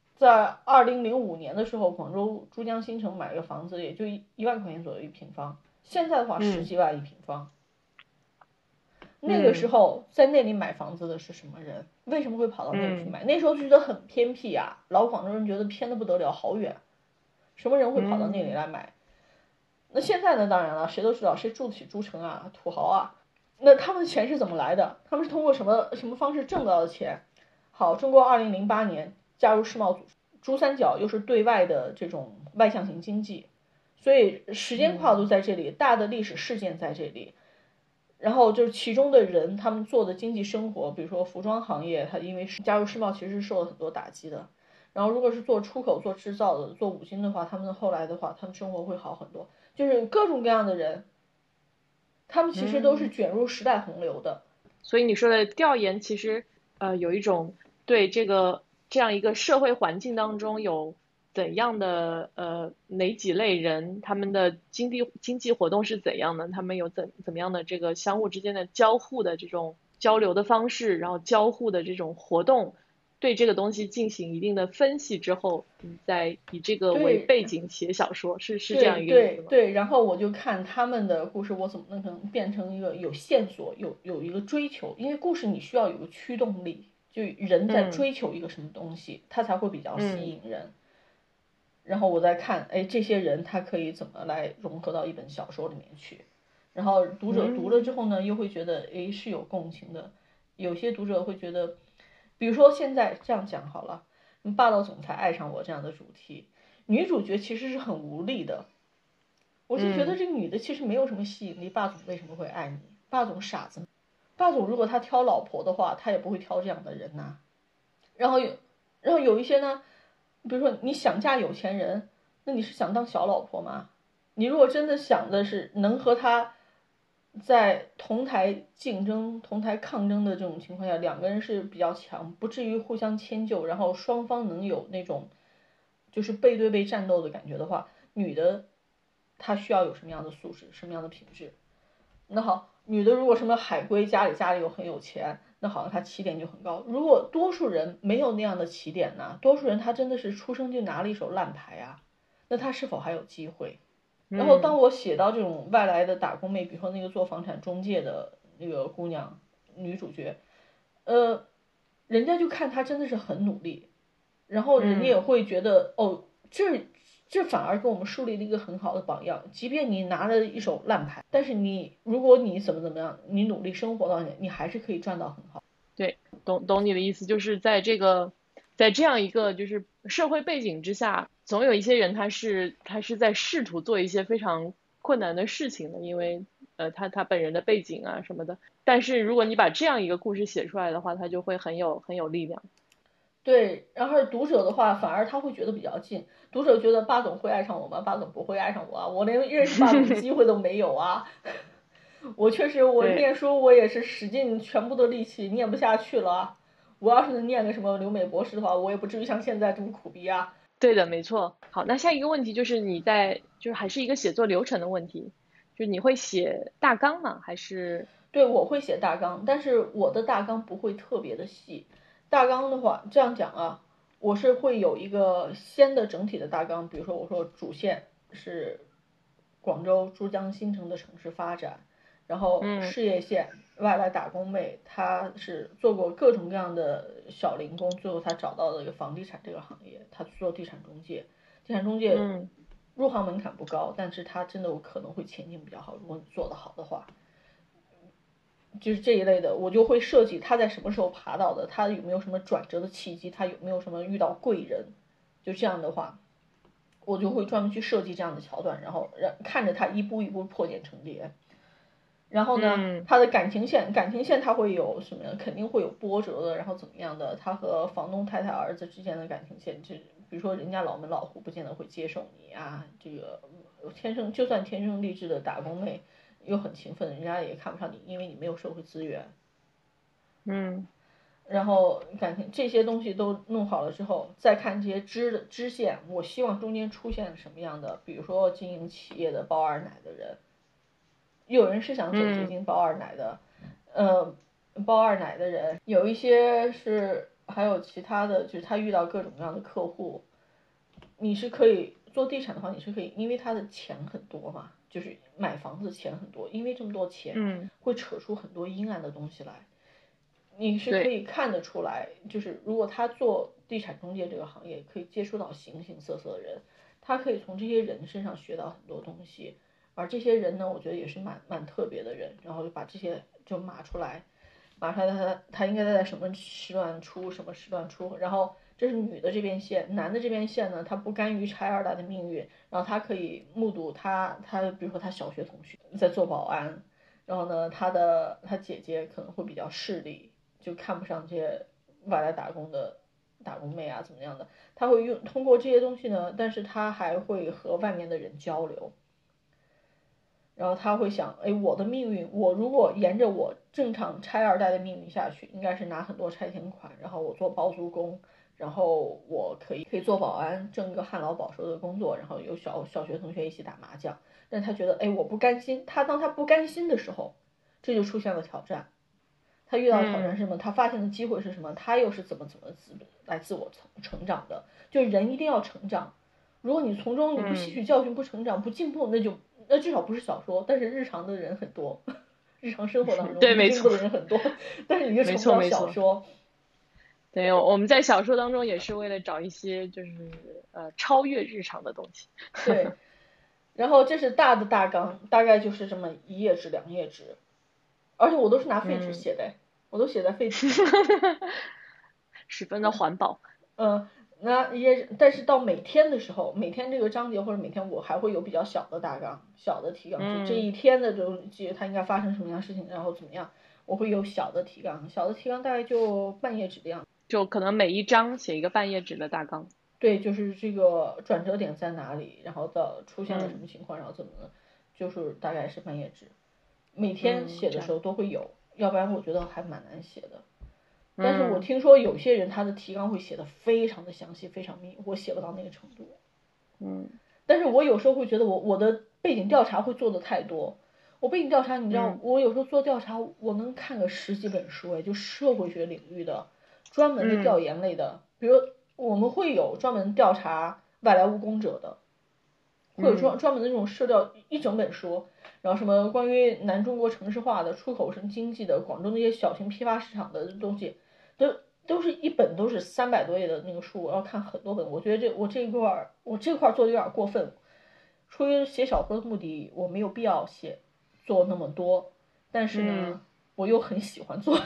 2005年的时候，广州珠江新城买个房子也就1万块钱左右1平方，现在的话10几万1平方。那个时候在那里买房子的是什么人？为什么会跑到那里去买？那时候就觉得很偏僻啊，老广州人觉得偏的不得了，好远。什么人会跑到那里来买？那现在呢？当然了，谁都知道谁住得起珠城啊，土豪啊。那他们的钱是怎么来的？他们是通过什么方式挣到的钱？好，中国2008年加入世贸组织，珠三角又是对外的这种外向型经济，所以时间跨度在这里，大的历史事件在这里。然后就是其中的人，他们做的经济生活，比如说服装行业，它因为加入世贸其实是受了很多打击的。然后如果是做出口、做制造的、做五金的话，他们后来的话，他们生活会好很多。就是各种各样的人，他们其实都是卷入时代洪流的。 所以你说的调研，其实有一种对这样一个社会环境当中有怎样的哪几类人，他们的经济活动是怎样的，他们有怎么样的这个相互之间的交互的这种交流的方式，然后交互的这种活动，对这个东西进行一定的分析之后，你再以这个为背景写小说，是这样一个意思吗？ 对，然后我就看他们的故事，我怎么能变成一个有线索、有一个追求，因为故事你需要有个驱动力，就人在追求一个什么东西，他才会比较吸引人。然后我再看，哎，这些人他可以怎么来融合到一本小说里面去，然后读者读了之后呢，又会觉得，哎，是有共情的。有些读者会觉得，比如说现在这样讲好了，霸道总裁爱上我这样的主题，女主角其实是很无力的。我就觉得这个女的其实没有什么吸引力，霸总为什么会爱你？霸总傻子，霸总如果他挑老婆的话，他也不会挑这样的人呐。然后有一些呢，比如说你想嫁有钱人，那你是想当小老婆吗？你如果真的想的是能和他在同台竞争、同台抗争的这种情况下，两个人是比较强，不至于互相迁就，然后双方能有那种就是背对背战斗的感觉的话，女的她需要有什么样的素质、什么样的品质？那好，女的如果什么海归，家里又很有钱，那好像她起点就很高。如果多数人没有那样的起点呢？多数人他真的是出生就拿了一手烂牌啊，那他是否还有机会？然后当我写到这种外来的打工妹，比如说那个做房产中介的那个姑娘，女主角，人家就看她真的是很努力，然后人家也会觉得，哦，这反而给我们树立了一个很好的榜样。即便你拿了一手烂牌，但是如果你怎么样，你努力生活到你还是可以赚到很好。 对，懂你的意思，就是在这样一个就是社会背景之下，总有一些人他是在试图做一些非常困难的事情的，因为他本人的背景啊什么的。但是如果你把这样一个故事写出来的话，他就会很有力量。 对，然后读者的话，反而他会觉得比较近。读者觉得霸总会爱上我吗？霸总不会爱上我啊，我连认识霸总的机会都没有啊。我确实，我念书我也是使尽全部的力气，念不下去了啊。我要是能念个什么留美博士的话，我也不至于像现在这么苦逼啊。 对的，没错。好，那下一个问题就是就是还是一个写作流程的问题，就是你会写大纲吗？还是？ 对，我会写大纲，但是我的大纲不会特别的细。大纲的话，这样讲啊，我是会有一个先的整体的大纲，比如说我说主线是广州珠江新城的城市发展，然后事业线外来打工妹，她是做过各种各样的小零工，最后她找到了一个房地产这个行业，她做地产中介，地产中介入行门槛不高，但是她真的可能会前景比较好，如果你做得好的话。就是这一类的，我就会设计他在什么时候爬到的，他有没有什么转折的契机，他有没有什么遇到贵人，就这样的话，我就会专门去设计这样的桥段，然后看着他一步一步破茧成蝶。然后呢，他的感情线他会有什么？肯定会有波折的，然后怎么样的？他和房东太太儿子之间的感情线，就比如说人家老门老户不见得会接受你啊，这个就算天生丽质的打工妹。 又很勤奋，人家也看不上你，因为你没有社会资源。然后感情这些东西都弄好了之后，再看这些支线，我希望中间出现什么样的，比如说经营企业的包二奶的人，有人是想走捷径包二奶的，包二奶的人有一些是，还有其他的，就是他遇到各种各样的客户，你是可以做地产的话，你是可以，因为他的钱很多嘛，就是买房子钱很多，因为这么多钱，会扯出很多阴暗的东西来。你是可以看得出来，就是如果他做地产中介这个行业，可以接触到形形色色的人，他可以从这些人身上学到很多东西，而这些人呢，我觉得也是蛮特别的人，然后就把这些就码出来他应该在什么时段出，什么时段出，然后这是女的这边线，男的这边线呢，他不甘于拆二代的命运，然后他可以目睹他比如说他小学同学在做保安，然后呢，他姐姐可能会比较势利。就看不上这些外来打工的打工妹啊，怎么样的？他会通过这些东西呢，但是他还会和外面的人交流，然后他会想，哎，我的命运，我如果沿着我正常拆二代的命运下去，应该是拿很多拆迁款，然后我做包租公，然后我可以做保安，挣个旱涝保收的工作，然后有小学同学一起打麻将。但他觉得，哎，我不甘心。当他不甘心的时候，这就出现了挑战。他遇到的挑战是什么？他发现的机会是什么？他又是怎么来自我成长的？就人一定要成长，如果你从中你不吸取教训、不成长、不进步，那至少不是小说。但是日常的人很多，日常生活当中不进步的人很多，但是你就成不了小说。 对，我们在小说当中也是为了找一些就是超越日常的东西。 对，然后这是大的大纲，大概就是这么1页纸、2页纸。而且我都是拿废纸写的，我都写在废纸上， 十分的环保。 但是到每天的时候，每天这个章节或者每天我还会有比较小的大纲、小的提纲，就这一天的东西它应该发生什么样的事情，然后怎么样，我会有小的提纲，小的提纲大概就半页纸的样子， 就可能每一章写一个半页纸的大纲。 对，就是这个转折点在哪里，然后到出现了什么情况，然后怎么，就是大概是半页纸。每天写的时候都会有，要不然我觉得还蛮难写的。但是我听说有些人他的提纲会写的非常的详细，非常密，我写不到那个程度。但是我有时候会觉得我的背景调查会做的太多。我背景调查，你知道，我有时候做调查，我能看个10几本书，就社会学领域的，专门的调研类的，比如我们会有专门调查外来务工者的。会有专门的那种社调一整本书，然后什么关于南中国城市化的、出口型经济的、广州那些小型批发市场的东西，都是一本都是300多页的那个书，我要看很多本。我觉得我这块做的有点过分，出于写小说的目的，我没有必要做那么多，但是呢，我又很喜欢做。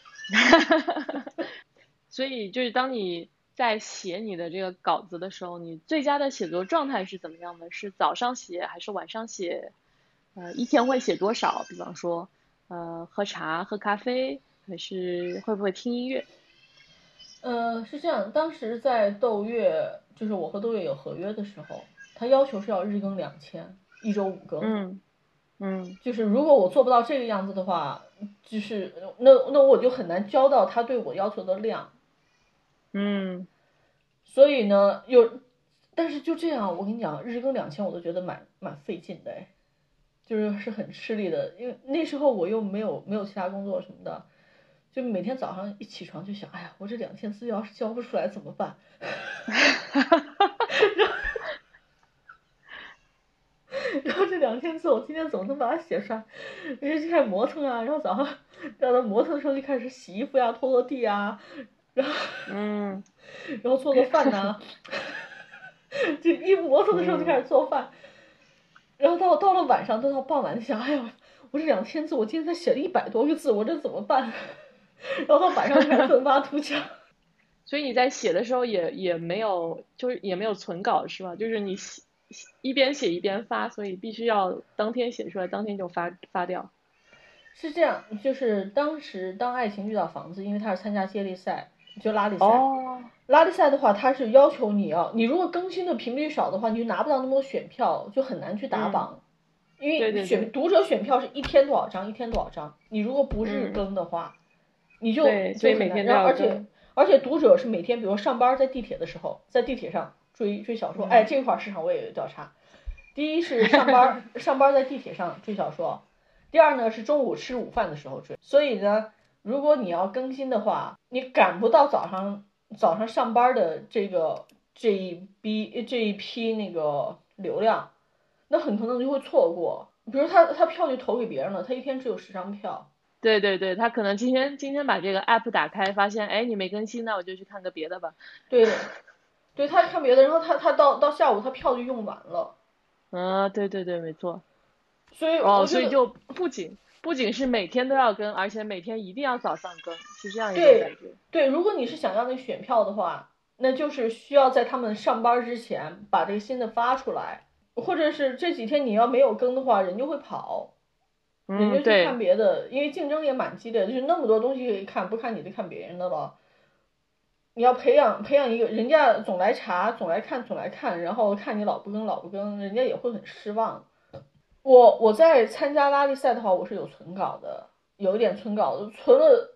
所以就是当你在写你的这个稿子的时候，你最佳的写作状态是怎么样的？是早上写还是晚上写？一天会写多少？比方说，喝茶、喝咖啡，还是会不会听音乐？ 是这样，当时在斗月，就是我和斗月有合约的时候，他要求是要日更2千，1周5更。就是如果我做不到这个样子的话，就是那我就很难交到他对我要求的量。所以呢，但是就这样，我跟你讲，日更2千我都觉得蛮费劲的，就是很吃力的，因为那时候我又没有其他工作什么的，就每天早上一起床就想，哎呀，我这2000字要是交不出来怎么办？然后这2000字我今天怎么能把它写出来？然后就开始磨蹭啊，然后早上到磨蹭的时候就开始洗衣服呀、拖地啊，然后做个饭呐，就一磨蹭的时候就开始做饭，然后到了晚上，都到傍晚就想，哎呀，我这2000字我今天才写了100多个字，我这怎么办？然后到晚上就开始奋发图强。 所以你在写的时候也没有，就是也没有存稿是吧？就是你一边写一边发，所以必须要当天写出来，当天就发掉。 是这样，就是当时当爱情遇到房子，因为他是参加接力赛，就拉力赛。拉力赛的话，他是要求你如果更新的频率少的话，你就拿不到那么多选票，就很难去打榜。 因为对读者选票是一天多少张，一天多少张，你如果不日更的话，你就所以每天都要更。 而且读者是每天，比如上班在地铁的时候，在地铁上追小说，哎，这块市场我也有调查。第一是上班在地铁上追小说，第二呢是中午吃午饭的时候追。所以呢，如果你要更新的话，你赶不到早上上班的这一批那个流量，那很可能就会错过。比如他票就投给别人了，他一天只有10张票。 对对对，他可能今天把这个 app 打开，发现哎你没更新，那我就去看个别的吧。 对，他看别的，然后他到下午他票就用完了。 对对对，没错。 所以所以就不仅是每天都要更，而且每天一定要早上更，是这样一个感觉。 对，如果你是想要那选票的话，那就是需要在他们上班之前把这个新的发出来，或者是这几天你要没有更的话，人就会跑。人就去看别的，因为竞争也蛮激烈的，就是那么多东西可以看，不看你就看别人的了。你要培养一个，人家总来查，总来看，然后看你老不更，人家也会很失望。我在参加拉力赛的话，我是有存稿的，有一点存稿的，存了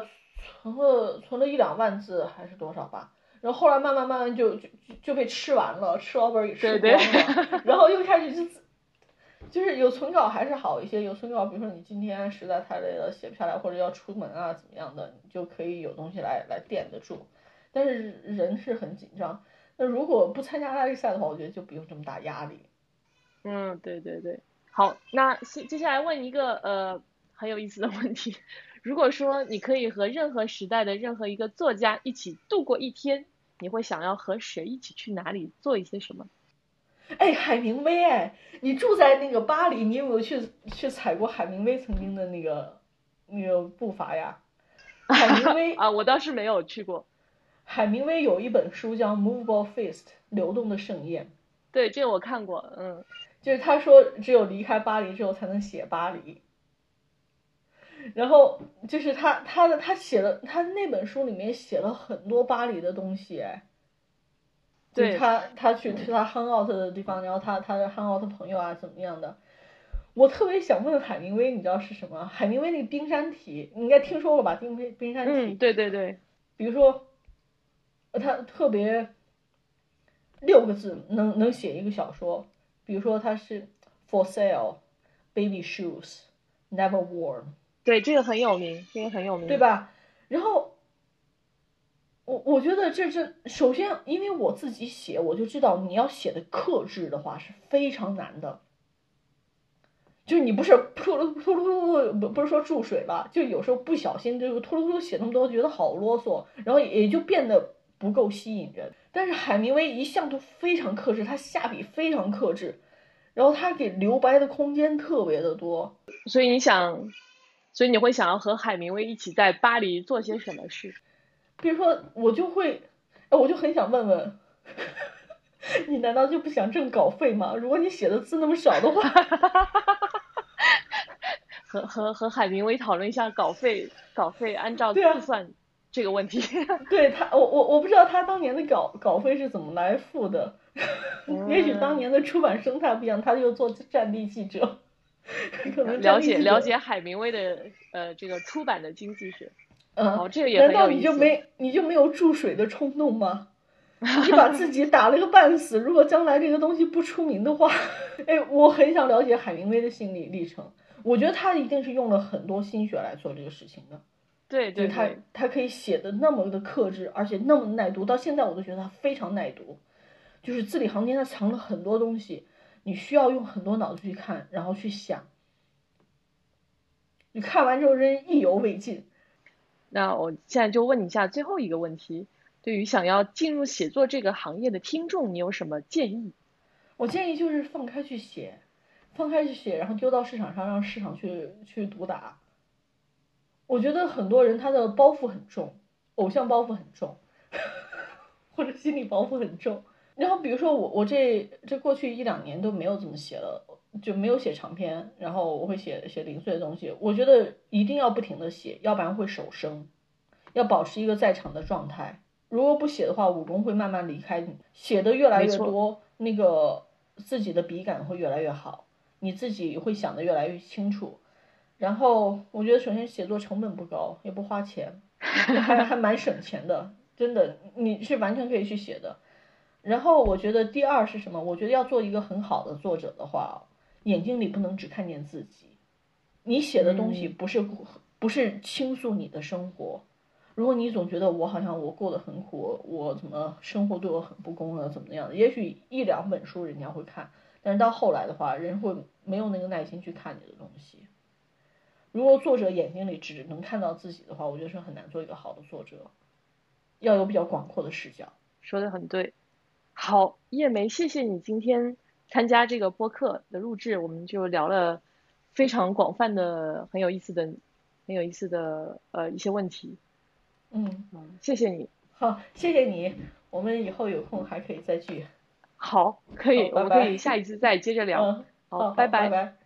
1-2万字还是多少吧。然后后来慢慢就被吃完了，吃老本也吃光了，然后又开始就是有存稿还是好一些，有存稿，比如说你今天实在太累了写不下来，或者要出门啊怎么样的，你就可以有东西来垫得住。但是人是很紧张，那如果不参加拉力赛的话，我觉得就不用这么大压力。 对对对，好，那接下来问一个很有意思的问题，如果说你可以和任何时代的任何一个作家一起度过一天，你会想要和谁一起去哪里做一些什么？ 哎，海明威，哎，你住在那个巴黎，你有没有去踩过海明威曾经的那个步伐呀？海明威我倒是没有去过。 海明威有一本书叫《Movable Feast》，流动的盛宴。 对，这个我看过， 就是他说只有离开巴黎之后才能写巴黎。然后就是他写了，他那本书里面写了很多巴黎的东西，哎。 对， 他去他 hang out 的地方，然后他的 hang out 的朋友啊怎么样的。我特别想问海明威，你知道是什么？海明威那个冰山体，你应该听说过吧？冰山体。 对对对。 比如说，他特别6个字能写一个小说，比如说他是 for sale baby shoes never worn。 对，这个很有名， 对吧？然后我觉得这首先，因为我自己写，我就知道你要写的克制的话是非常难的。就是你不是突噜突噜不是说注水吧，就有时候不小心就突噜突噜写那么多，觉得好啰嗦，然后也就变得不够吸引人。但是海明威一向都非常克制，他下笔非常克制，然后他给留白的空间特别的多。 所以你会想要和海明威一起在巴黎做些什么事？ 比如说我就很想问问你难道就不想挣稿费吗？如果你写的字那么少的话和海明威讨论一下稿费按照字算这个问题。 对他，我不知道他当年的稿费是怎么来付的。也许当年的出版生态不一样，他就做战地记者。可能了解海明威的这个出版的经济学。这个也很有意思。难道你就没有注水的冲动吗？你把自己打了个半死，如果将来这个东西不出名的话，哎，我很想了解海明威的心理历程。我觉得他一定是用了很多心血来做这个事情的。 对对对，他可以写的那么的克制，而且那么耐读，到现在我都觉得他非常耐读。就是字里行间他藏了很多东西，你需要用很多脑子去看，然后去想。你看完之后人意犹未尽。 那我现在就问你一下最后一个问题，对于想要进入写作这个行业的听众，你有什么建议？ 我建议就是放开去写，然后丢到市场上，让市场去毒打。我觉得很多人他的包袱很重，偶像包袱很重，或者心理包袱很重。然后比如说我这过去1-2年都没有怎么写了，就没有写长篇，然后我会写零碎的东西。我觉得一定要不停的写，要不然会手生，要保持一个在场的状态。如果不写的话，武功会慢慢离开你。写的越来越多，那个自己的笔感会越来越好。 你自己会想得越来越清楚。然后我觉得首先写作成本不高，也不花钱，还蛮省钱的，真的，你是完全可以去写的。然后我觉得第二是什么？我觉得要做一个很好的作者的话，眼睛里不能只看见自己，你写的东西不是倾诉你的生活。如果你总觉得我好像我过得很苦，我怎么生活对我很不公了，怎么样的？也许一两本书人家会看，但是到后来的话，人会没有那个耐心去看你的东西。如果作者眼睛里只能看到自己的话，我觉得是很难做一个好的作者，要有比较广阔的视角。 说得很对。好，叶梅，谢谢你今天参加这个播客的录制，我们就聊了非常广泛的、很有意思的一些问题。谢谢你。 好，谢谢你，我们以后有空还可以再聚。 好，可以， 好，拜拜。 我们可以下一次再接着聊。 好， 拜拜。 拜拜。